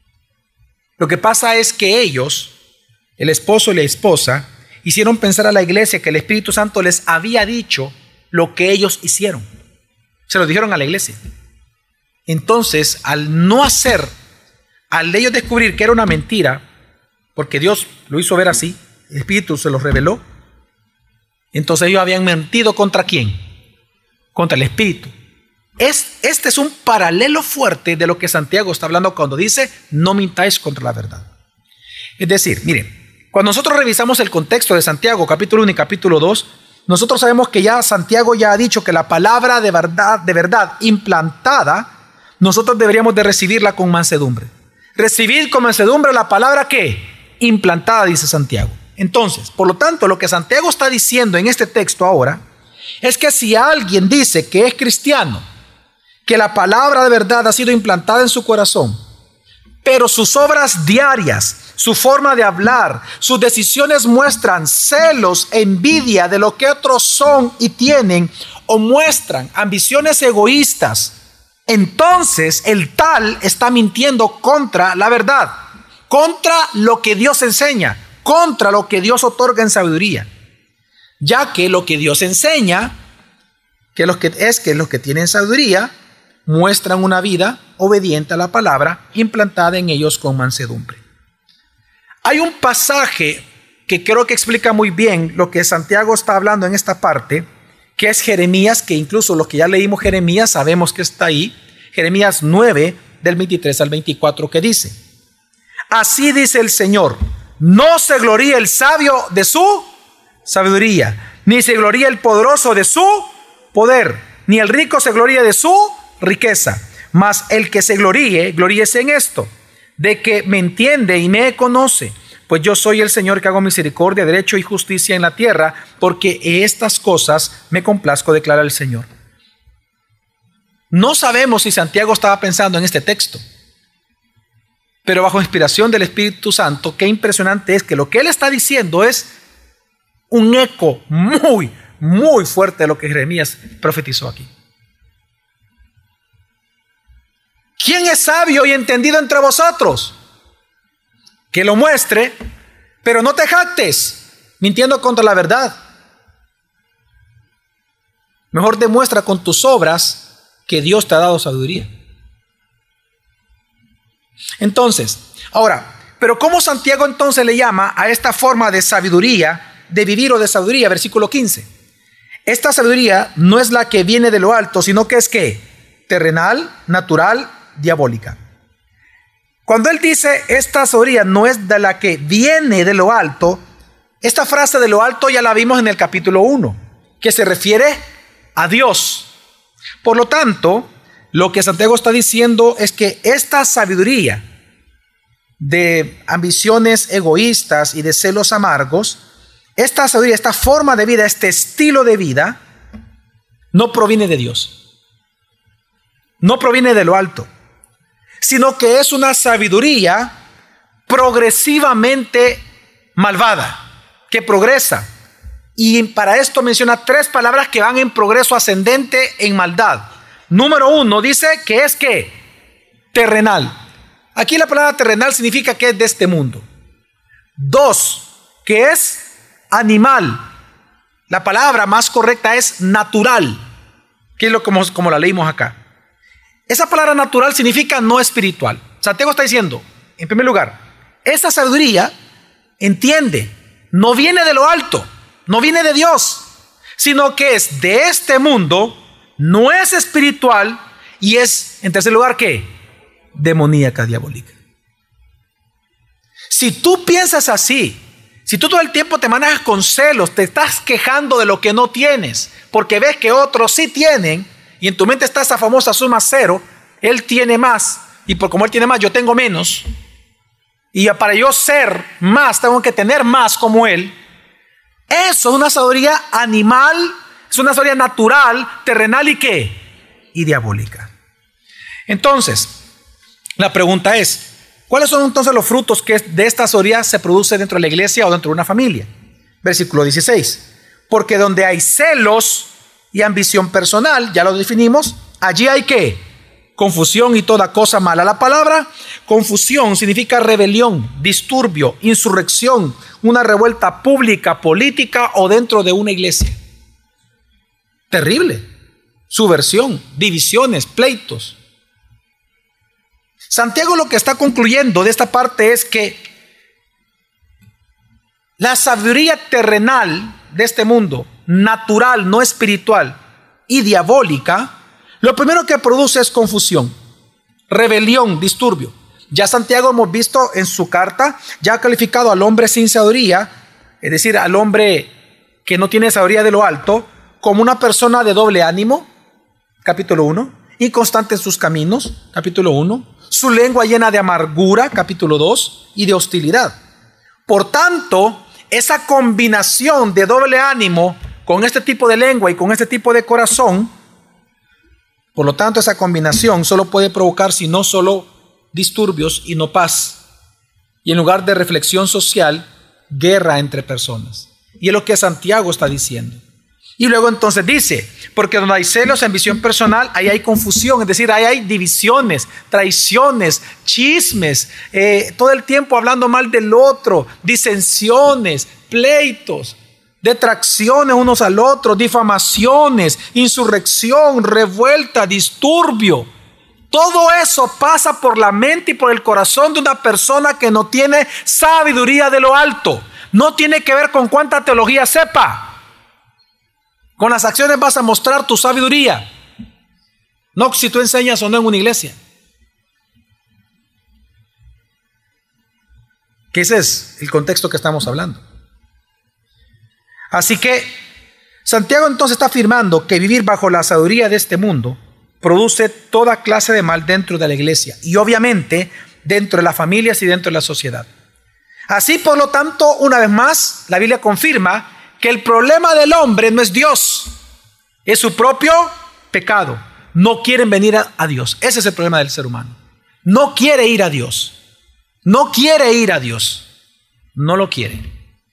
Lo que pasa es que ellos, el esposo y la esposa, hicieron pensar a la iglesia que el Espíritu Santo les había dicho lo que ellos hicieron. Se lo dijeron a la iglesia. Entonces, al no hacer, al ellos descubrir que era una mentira, porque Dios lo hizo ver así, el Espíritu se los reveló, entonces ellos habían mentido ¿contra quién? Contra el Espíritu. Este es un paralelo fuerte de lo que Santiago está hablando cuando dice no mintáis contra la verdad. Es decir, miren, cuando nosotros revisamos el contexto de Santiago, capítulo 1 y capítulo 2, nosotros sabemos que ya Santiago ya ha dicho que la palabra de verdad implantada, nosotros deberíamos de recibirla con mansedumbre. Recibir con mansedumbre la palabra ¿qué? Implantada, dice Santiago. Entonces, por lo tanto, lo que Santiago está diciendo en este texto ahora es que si alguien dice que es cristiano, que la palabra de verdad ha sido implantada en su corazón, pero sus obras diarias, su forma de hablar, sus decisiones muestran celos, envidia de lo que otros son y tienen, o muestran ambiciones egoístas, entonces el tal está mintiendo contra la verdad, contra lo que Dios enseña, contra lo que Dios otorga en sabiduría, ya que lo que Dios enseña, que los que tienen sabiduría muestran una vida obediente a la palabra, implantada en ellos con mansedumbre. Hay un pasaje que creo que explica muy bien lo que Santiago está hablando en esta parte, que es Jeremías, que incluso los que ya leímos Jeremías sabemos que está ahí, Jeremías 9, del 23 al 24, que dice: así dice el Señor, no se gloríe el sabio de su sabiduría, ni se gloríe el poderoso de su poder, ni el rico se gloríe de su riqueza, mas el que se gloríe, gloríese en esto, de que me entiende y me conoce, pues yo soy el Señor que hago misericordia, derecho y justicia en la tierra, porque estas cosas me complazco, declara el Señor. No sabemos si Santiago estaba pensando en este texto, pero bajo inspiración del Espíritu Santo, qué impresionante es que lo que él está diciendo es un eco muy, muy fuerte de lo que Jeremías profetizó aquí. ¿Quién es sabio y entendido entre vosotros? Que lo muestre, pero no te jactes, mintiendo contra la verdad. Mejor demuestra con tus obras que Dios te ha dado sabiduría. Entonces, ahora, pero ¿cómo Santiago entonces le llama a esta forma de sabiduría, de vivir o de sabiduría? Versículo 15. Esta sabiduría no es la que viene de lo alto, sino que es ¿qué? Terrenal, natural, diabólica. Cuando él dice esta sabiduría no es de la que viene de lo alto, esta frase de lo alto ya la vimos en el capítulo 1, que se refiere a Dios. Por lo tanto, lo que Santiago está diciendo es que esta sabiduría de ambiciones egoístas y de celos amargos, esta sabiduría, esta forma de vida, este estilo de vida, no proviene de Dios. No proviene de lo alto, sino que es una sabiduría progresivamente malvada, que progresa. Y para esto menciona 3 palabras que van en progreso ascendente en maldad. Número 1 dice que es ¿qué? Terrenal. Aquí la palabra terrenal significa que es de este mundo. 2, que es animal. La palabra más correcta es natural, que es como la leímos acá. Esa palabra natural significa no espiritual. Santiago está diciendo, en primer lugar, esa sabiduría, entiende, no viene de lo alto, no viene de Dios, sino que es de este mundo, no es espiritual y es, en tercer lugar, ¿qué? Demoníaca, diabólica. Si tú piensas así, si tú todo el tiempo te manejas con celos, te estás quejando de lo que no tienes, porque ves que otros sí tienen, y en tu mente está esa famosa suma cero, él tiene más, y por como él tiene más, yo tengo menos, y para yo ser más, tengo que tener más como él. Eso es una sabiduría animal, es una sabiduría natural, terrenal y ¿qué? Y diabólica. Entonces, la pregunta es, ¿cuáles son entonces los frutos que de esta sabiduría se produce dentro de la iglesia o dentro de una familia? Versículo 16. Porque donde hay celos y ambición personal, ya lo definimos, allí hay ¿qué? Confusión y toda cosa mala. La palabra confusión significa rebelión, disturbio, insurrección, una revuelta pública, política o dentro de una iglesia. Terrible. Subversión, divisiones, pleitos. Santiago lo que está concluyendo de esta parte es que la sabiduría terrenal de este mundo, natural, no espiritual y diabólica, lo primero que produce es confusión, rebelión, disturbio. Ya Santiago hemos visto en su carta, ya ha calificado al hombre sin sabiduría, es decir, al hombre que no tiene sabiduría de lo alto, como una persona de doble ánimo, capítulo 1, inconstante en sus caminos, capítulo 1, su lengua llena de amargura, capítulo 2, y de hostilidad. Por tanto, esa combinación de doble ánimo con este tipo de lengua y con este tipo de corazón, por lo tanto, esa combinación solo puede provocar, si no solo disturbios y no paz. Y en lugar de reflexión social, guerra entre personas. Y es lo que Santiago está diciendo. Y luego entonces dice, porque donde hay celos, ambición personal, ahí hay confusión, es decir, ahí hay divisiones, traiciones, chismes, todo el tiempo hablando mal del otro, disensiones, pleitos, detracciones unos al otro, difamaciones, insurrección, revuelta, disturbio. Todo eso pasa por la mente y por el corazón de una persona que no tiene sabiduría de lo alto. No tiene que ver con cuánta teología sepa. Con las acciones vas a mostrar tu sabiduría. No si tú enseñas o no en una iglesia. Que ese es el contexto que estamos hablando. Así que Santiago entonces está afirmando que vivir bajo la sabiduría de este mundo produce toda clase de mal dentro de la iglesia y obviamente dentro de las familias y dentro de la sociedad. Así, por lo tanto, una vez más, la Biblia confirma que el problema del hombre no es Dios, es su propio pecado. No quieren venir a Dios. Ese es el problema del ser humano. No quiere ir a Dios. No quiere ir a Dios. No lo quiere.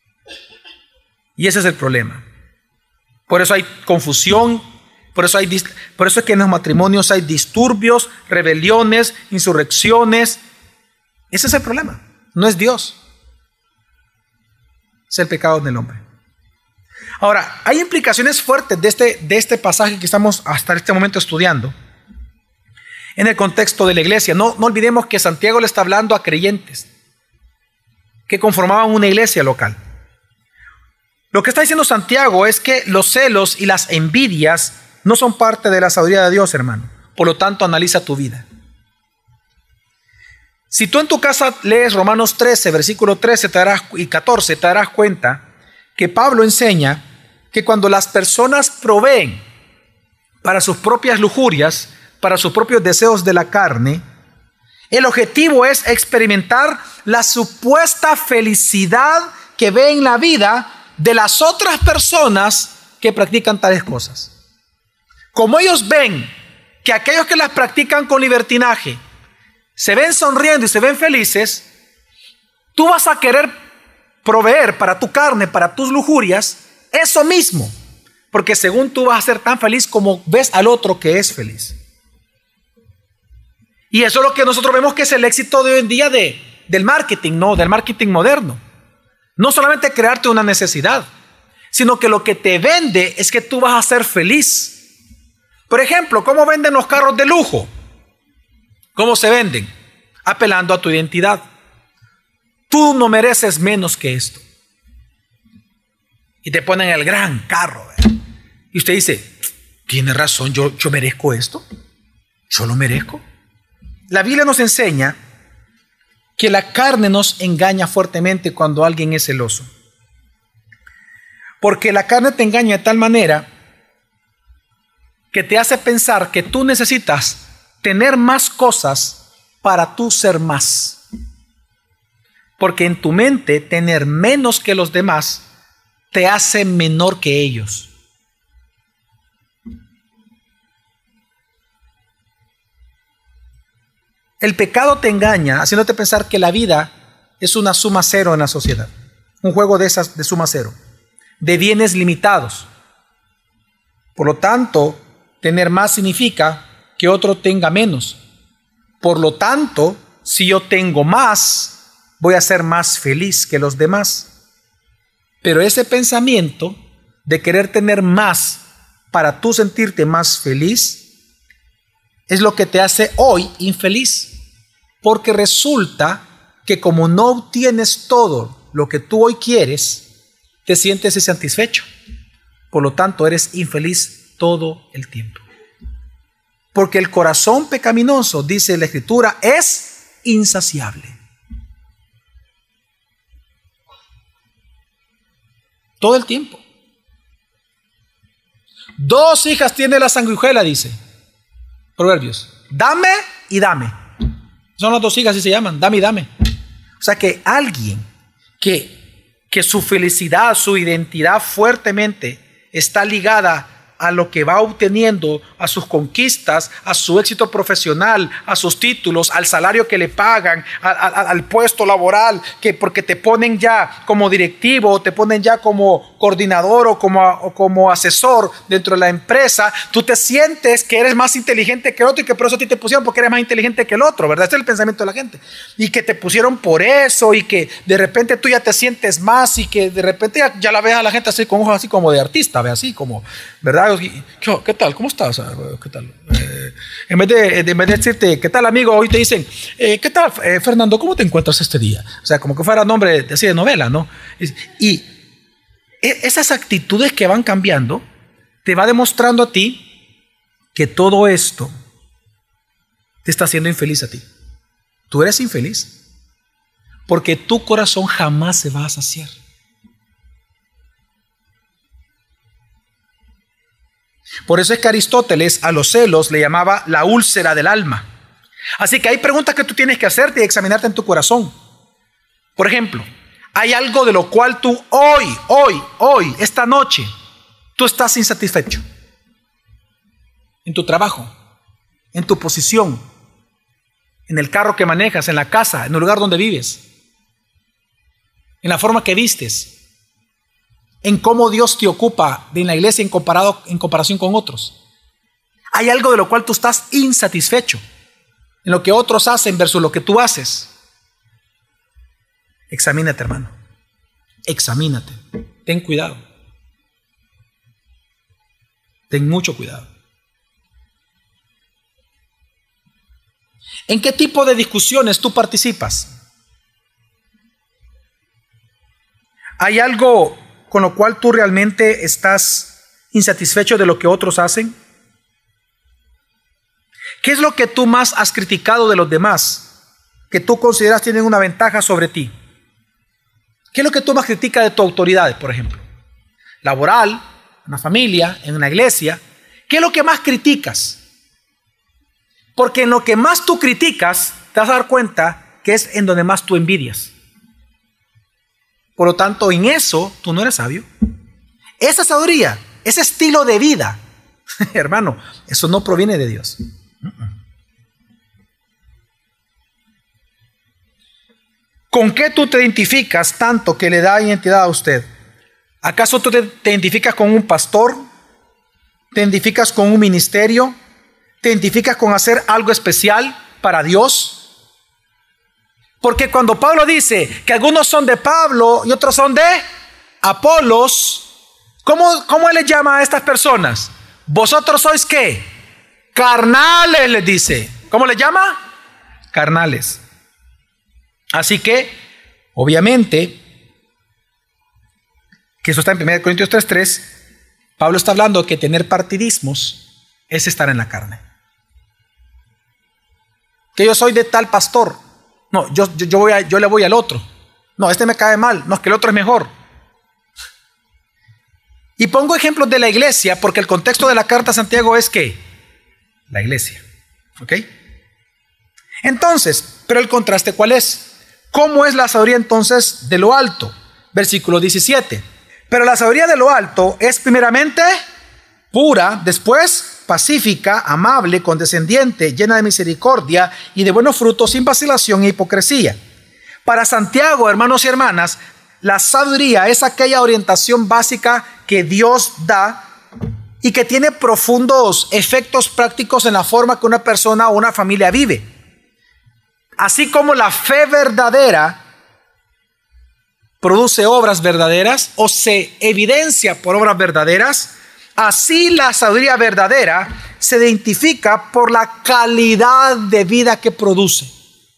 Y ese es el problema. Por eso hay confusión, por eso es que en los matrimonios hay disturbios, rebeliones, insurrecciones. Ese es el problema. No es Dios. Es el pecado del hombre. Ahora, hay implicaciones fuertes de este pasaje que estamos hasta este momento estudiando en el contexto de la iglesia. No olvidemos que Santiago le está hablando a creyentes que conformaban una iglesia local. Lo que está diciendo Santiago es que los celos y las envidias no son parte de la sabiduría de Dios, hermano. Por lo tanto, analiza tu vida. Si tú en tu casa lees Romanos 13, versículo 13 y 14, te darás cuenta que Pablo enseña que cuando las personas proveen para sus propias lujurias, para sus propios deseos de la carne, el objetivo es experimentar la supuesta felicidad que ve en la vida de las otras personas que practican tales cosas. Como ellos ven que aquellos que las practican con libertinaje se ven sonriendo y se ven felices, tú vas a querer proveer para tu carne, para tus lujurias, eso mismo, porque según tú vas a ser tan feliz como ves al otro que es feliz. Y eso es lo que nosotros vemos que es el éxito de hoy en día del marketing, ¿no? Del marketing moderno. No solamente crearte una necesidad, sino que lo que te vende es que tú vas a ser feliz. Por ejemplo, ¿cómo venden los carros de lujo? ¿Cómo se venden? Apelando a tu identidad. Tú no mereces menos que esto. Y te ponen el gran carro, ¿verdad? Y usted dice, tiene razón, yo merezco esto. Yo lo merezco. La Biblia nos enseña que la carne nos engaña fuertemente cuando alguien es celoso. Porque la carne te engaña de tal manera que te hace pensar que tú necesitas tener más cosas para tú ser más. Porque en tu mente tener menos que los demás te hace menor que ellos. El pecado te engaña haciéndote pensar que la vida es una suma cero en la sociedad. Un juego de suma cero, de bienes limitados. Por lo tanto, tener más significa que otro tenga menos. Por lo tanto, si yo tengo más, voy a ser más feliz que los demás. Pero ese pensamiento de querer tener más para tú sentirte más feliz es lo que te hace hoy infeliz. Porque resulta que como no obtienes todo lo que tú hoy quieres, te sientes insatisfecho. Por lo tanto, eres infeliz todo el tiempo. Porque el corazón pecaminoso, dice la Escritura, es insaciable. Todo el tiempo. 2 hijas tiene la sanguijuela, dice Proverbios. Dame y dame. Son las 2 hijas, así se llaman. Dame y dame. O sea que alguien que su felicidad, su identidad fuertemente está ligada a lo que va obteniendo, a sus conquistas, a su éxito profesional, a sus títulos, al salario que le pagan, al puesto laboral, que porque te ponen ya como directivo, te ponen ya como coordinador o como asesor dentro de la empresa, tú te sientes que eres más inteligente que el otro y que por eso a ti te pusieron porque eres más inteligente que el otro, ¿verdad? Este es el pensamiento de la gente. Y que te pusieron por eso y que de repente tú ya te sientes más y que de repente ya la ves a la gente así con ojos así como de artista, ve así como, ¿verdad? ¿Qué tal? ¿Cómo estás? ¿Qué tal? En vez de decirte, ¿qué tal, amigo? Hoy te dicen, ¿qué tal, Fernando? ¿Cómo te encuentras este día? O sea, como que fuera nombre así de novela, ¿no? Y esas actitudes que van cambiando te va demostrando a ti que todo esto te está haciendo infeliz a ti. Tú eres infeliz porque tu corazón jamás se va a saciar. Por eso es que Aristóteles a los celos le llamaba la úlcera del alma. Así que hay preguntas que tú tienes que hacerte y examinarte en tu corazón. Por ejemplo, hay algo de lo cual tú hoy, esta noche, tú estás insatisfecho. En tu trabajo, en tu posición, en el carro que manejas, en la casa, en el lugar donde vives, en la forma que vistes, en cómo Dios te ocupa en la iglesia en comparación con otros. Hay algo de lo cual tú estás insatisfecho en lo que otros hacen versus lo que tú haces. Examínate, hermano. Examínate. Ten cuidado. Ten mucho cuidado. ¿En qué tipo de discusiones tú participas? ¿Hay algo con lo cual tú realmente estás insatisfecho de lo que otros hacen? ¿Qué es lo que tú más has criticado de los demás, que tú consideras tienen una ventaja sobre ti? ¿Qué es lo que tú más criticas de tu autoridad, por ejemplo? Laboral, en la familia, en una iglesia. ¿Qué es lo que más criticas? Porque en lo que más tú criticas, te vas a dar cuenta que es en donde más tú envidias. Por lo tanto, en eso tú no eres sabio. Esa sabiduría, ese estilo de vida, hermano, eso no proviene de Dios. ¿Con qué tú te identificas tanto que le da identidad a usted? ¿Acaso tú te identificas con un pastor? ¿Te identificas con un ministerio? ¿Te identificas con hacer algo especial para Dios? Porque cuando Pablo dice que algunos son de Pablo y otros son de Apolos, ¿cómo él les llama a estas personas? ¿Vosotros sois qué? Carnales, les dice. ¿Cómo les llama? Carnales. Así que, obviamente, que eso está en 1 Corintios 3:3, Pablo está hablando que tener partidismos es estar en la carne. Que yo soy de tal pastor. No, yo le voy al otro. No, este me cae mal. No, es que el otro es mejor. Y pongo ejemplos de la iglesia porque el contexto de la carta a Santiago es que la iglesia. ¿Ok? Entonces, pero el contraste, ¿cuál es? ¿Cómo es la sabiduría entonces de lo alto? Versículo 17. Pero la sabiduría de lo alto es primeramente pura, después pacífica, amable, condescendiente, llena de misericordia y de buenos frutos, sin vacilación e hipocresía. Para Santiago, hermanos y hermanas, la sabiduría es aquella orientación básica que Dios da y que tiene profundos efectos prácticos en la forma que una persona o una familia vive. Así como la fe verdadera produce obras verdaderas o se evidencia por obras verdaderas, así la sabiduría verdadera se identifica por la calidad de vida que produce.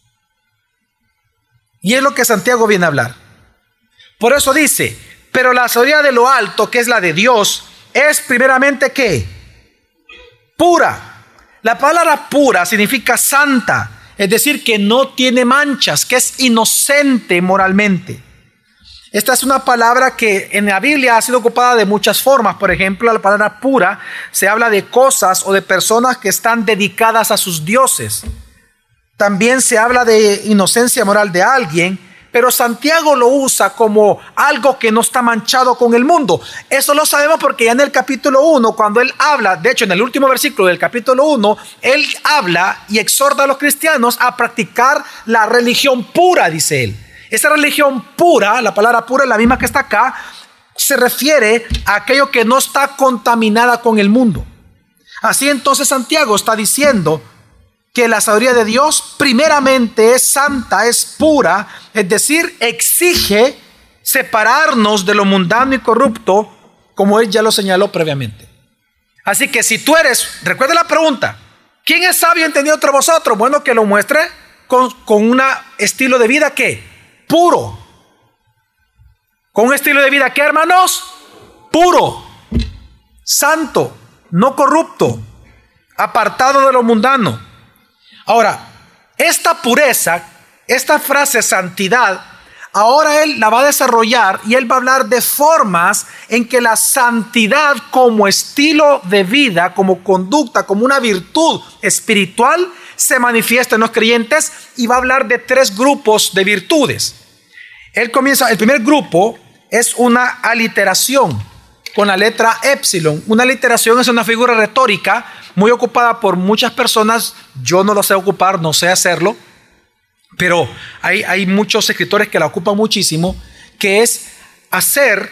Y es lo que Santiago viene a hablar. Por eso dice, pero la sabiduría de lo alto, que es la de Dios, es primeramente ¿qué? Pura. La palabra pura significa santa, es decir, que no tiene manchas, que es inocente moralmente. Esta es una palabra que en la Biblia ha sido ocupada de muchas formas. Por ejemplo, la palabra pura se habla de cosas o de personas que están dedicadas a sus dioses. También se habla de inocencia moral de alguien, pero Santiago lo usa como algo que no está manchado con el mundo. Eso lo sabemos porque ya en el capítulo 1, cuando él habla, de hecho en el último versículo del capítulo 1, él habla y exhorta a los cristianos a practicar la religión pura, dice él. Esa religión pura, la palabra pura es la misma que está acá, se refiere a aquello que no está contaminada con el mundo. Así entonces Santiago está diciendo que la sabiduría de Dios primeramente es santa, es pura, es decir, exige separarnos de lo mundano y corrupto, como él ya lo señaló previamente. Así que si tú eres, recuerda la pregunta, ¿quién es sabio y entendido entre vosotros? Bueno, que lo muestre con un estilo de vida ¿qué? Puro. Con un estilo de vida ¿qué, hermanos? Puro, santo, no corrupto, apartado de lo mundano. Ahora, esta pureza, esta frase santidad, ahora él la va a desarrollar y él va a hablar de formas en que la santidad como estilo de vida, como conducta, como una virtud espiritual se manifiesta en los creyentes, y va a hablar de 3 grupos de virtudes. Él comienza, el primer grupo es una aliteración con la letra epsilon. Una aliteración es una figura retórica muy ocupada por muchas personas. Yo no lo sé ocupar, no sé hacerlo, pero hay muchos escritores que la ocupan muchísimo, que es hacer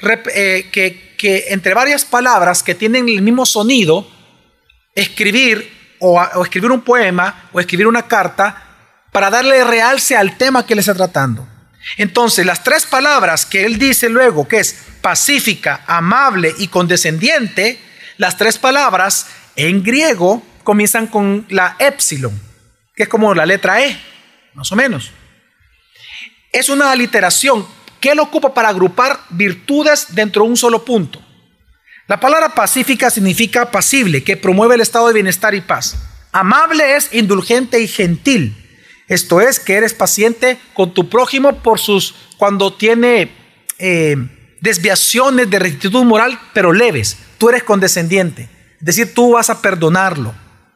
que entre varias palabras que tienen el mismo sonido, escribir o escribir un poema o escribir una carta para darle realce al tema que le está tratando. Entonces, las 3 palabras que él dice luego, que es pacífica, amable y condescendiente, las 3 palabras en griego comienzan con la epsilon, que es como la letra E, más o menos. Es una aliteración que él ocupa para agrupar virtudes dentro de un solo punto. La palabra pacífica significa apacible, que promueve el estado de bienestar y paz. Amable es indulgente y gentil. Esto es, que eres paciente con tu prójimo cuando tiene desviaciones de rectitud moral, pero leves. Tú eres condescendiente, es decir, tú vas a perdonarlo.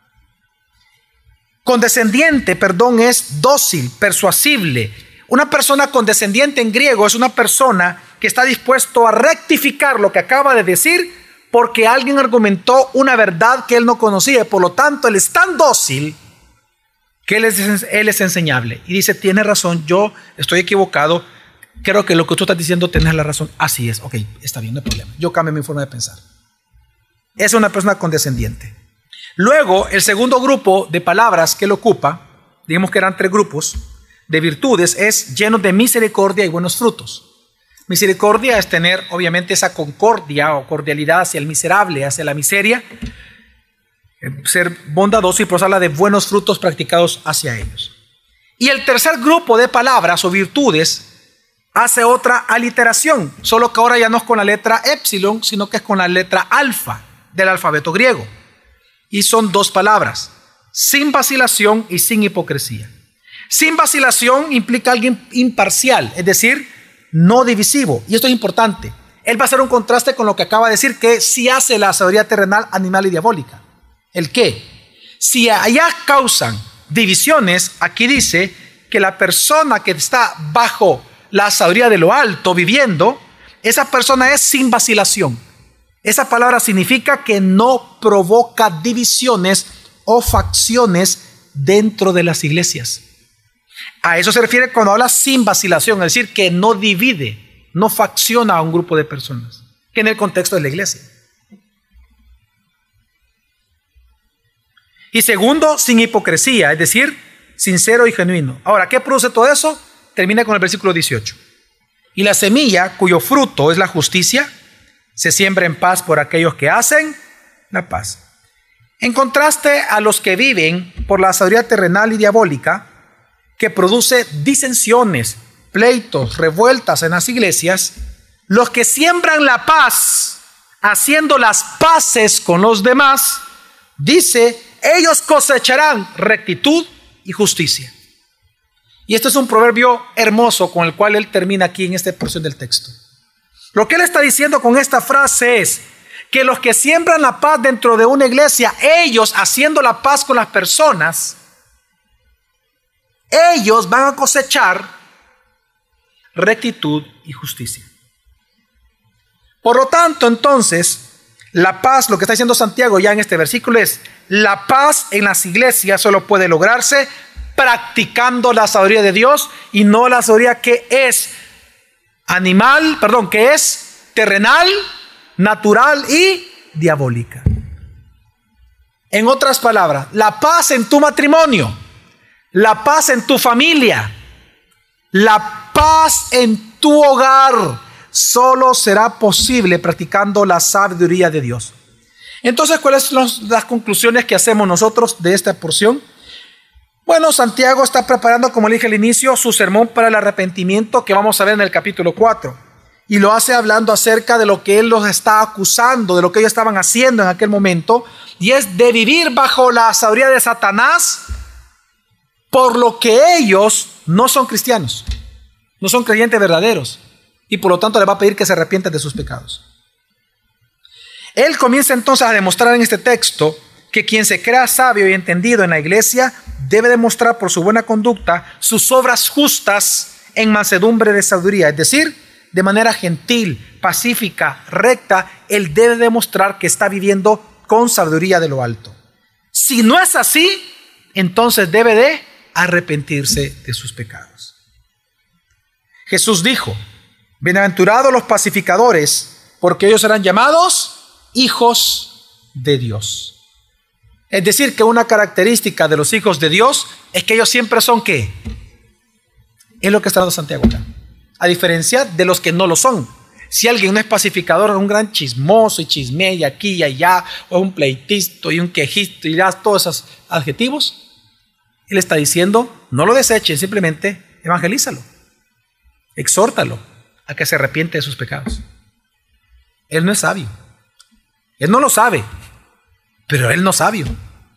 Condescendiente, perdón, es dócil, persuasible. Una persona condescendiente en griego es una persona que está dispuesto a rectificar lo que acaba de decir porque alguien argumentó una verdad que él no conocía. Por lo tanto, él es tan dócil que él es enseñable y dice, tiene razón, yo estoy equivocado, creo que lo que tú estás diciendo tienes la razón, así es, ok, está bien, no hay problema, yo cambio mi forma de pensar. Es una persona condescendiente. Luego, el segundo grupo de palabras que él ocupa, digamos que eran 3 grupos de virtudes, es lleno de misericordia y buenos frutos. Misericordia es tener obviamente esa concordia o cordialidad hacia el miserable, hacia la miseria, ser bondadoso, y por eso habla de buenos frutos practicados hacia ellos. Y el tercer grupo de palabras o virtudes hace otra aliteración, solo que ahora ya no es con la letra epsilon, sino que es con la letra alfa del alfabeto griego. Y son 2 palabras, sin vacilación y sin hipocresía. Sin vacilación implica alguien imparcial, es decir, no divisivo. Y esto es importante. Él va a hacer un contraste con lo que acaba de decir, que sí hace la sabiduría terrenal, animal y diabólica. ¿El qué? Si allá causan divisiones, aquí dice que la persona que está bajo la sabiduría de lo alto viviendo, esa persona es sin vacilación. Esa palabra significa que no provoca divisiones o facciones dentro de las iglesias. A eso se refiere cuando habla sin vacilación, es decir, que no divide, no facciona a un grupo de personas, que en el contexto de la iglesia. Y segundo, sin hipocresía, es decir, sincero y genuino. Ahora, ¿qué produce todo eso? Termina con el versículo 18. Y la semilla, cuyo fruto es la justicia, se siembra en paz por aquellos que hacen la paz. En contraste a los que viven por la sabiduría terrenal y diabólica, que produce disensiones, pleitos, revueltas en las iglesias, los que siembran la paz, haciendo las paces con los demás, dice, ellos cosecharán rectitud y justicia. Y esto es un proverbio hermoso con el cual él termina aquí en esta porción del texto. Lo que él está diciendo con esta frase es que los que siembran la paz dentro de una iglesia, ellos haciendo la paz con las personas, ellos van a cosechar rectitud y justicia. Por lo tanto, entonces, la paz, lo que está diciendo Santiago ya en este versículo es, la paz en las iglesias solo puede lograrse practicando la sabiduría de Dios y no la sabiduría que es que es terrenal, natural y diabólica. En otras palabras, la paz en tu matrimonio, la paz en tu familia, la paz en tu hogar, solo será posible practicando la sabiduría de Dios. Entonces, ¿cuáles son las conclusiones que hacemos nosotros de esta porción? Bueno, Santiago está preparando, como le dije al inicio, su sermón para el arrepentimiento que vamos a ver en el capítulo 4. Y lo hace hablando acerca de lo que él los está acusando, de lo que ellos estaban haciendo en aquel momento. Y es de vivir bajo la sabiduría de Satanás, por lo que ellos no son cristianos, no son creyentes verdaderos. Y por lo tanto le va a pedir que se arrepientan de sus pecados. Él comienza entonces a demostrar en este texto que quien se crea sabio y entendido en la iglesia debe demostrar por su buena conducta sus obras justas en mansedumbre de sabiduría, es decir, de manera gentil, pacífica, recta. Él debe demostrar que está viviendo con sabiduría de lo alto. Si no es así, entonces debe de arrepentirse de sus pecados. Jesús dijo: bienaventurados los pacificadores, porque ellos serán llamados hijos de Dios. Es decir, que una característica de los hijos de Dios es que ellos siempre son ¿qué? Es lo que está dando Santiago acá. A diferencia de los que no lo son. Si alguien no es pacificador, es un gran chismoso y chismea y aquí y allá, o es un pleitisto y un quejisto y ya todos esos adjetivos, él está diciendo, no lo desechen, simplemente evangelízalo, exhórtalo a que se arrepiente de sus pecados. Él no es sabio. Él no lo sabe, pero él no es sabio.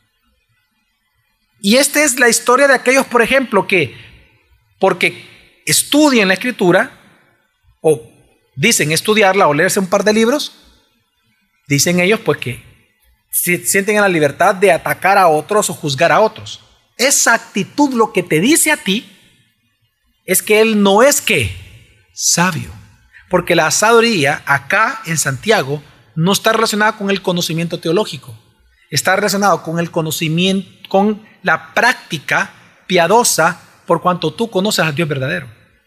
Y esta es la historia de aquellos, por ejemplo, que porque estudian la Escritura, o dicen estudiarla o leerse un par de libros, dicen ellos pues que sienten en la libertad de atacar a otros o juzgar a otros. Esa actitud lo que te dice a ti es que él no es ¿qué? Sabio. Porque la sabiduría acá en Santiago no está relacionada con el conocimiento teológico. Está relacionado con el conocimiento, con la práctica piadosa por cuanto tú conoces al Dios verdadero.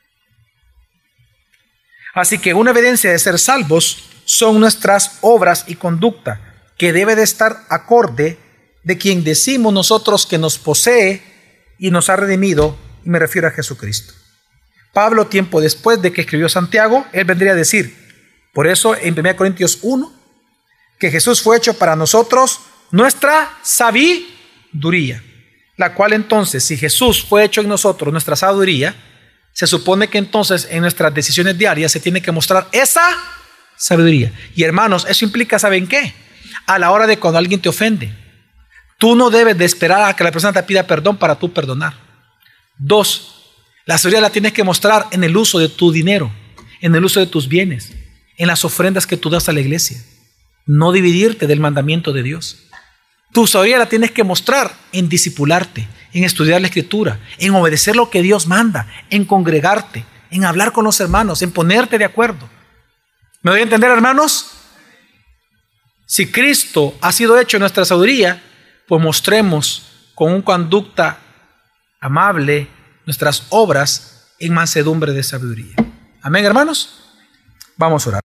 Así que una evidencia de ser salvos son nuestras obras y conducta, que debe de estar acorde de quien decimos nosotros que nos posee y nos ha redimido, y me refiero a Jesucristo. Pablo, tiempo después de que escribió Santiago, él vendría a decir, por eso en 1 Corintios 1, que Jesús fue hecho para nosotros nuestra sabiduría, la cual entonces, si Jesús fue hecho en nosotros nuestra sabiduría, se supone que entonces en nuestras decisiones diarias se tiene que mostrar esa sabiduría. Y hermanos, eso implica, ¿saben qué? A la hora de cuando alguien te ofende, tú no debes de esperar a que la persona te pida perdón para tú perdonar. 2, la sabiduría la tienes que mostrar en el uso de tu dinero, en el uso de tus bienes, en las ofrendas que tú das a la iglesia. No dividirte del mandamiento de Dios. Tu sabiduría la tienes que mostrar en discipularte, en estudiar la Escritura, en obedecer lo que Dios manda, en congregarte, en hablar con los hermanos, en ponerte de acuerdo. ¿Me doy a entender, hermanos? Si Cristo ha sido hecho nuestra sabiduría, pues mostremos con una conducta amable nuestras obras en mansedumbre de sabiduría. Amén, hermanos. Vamos a orar.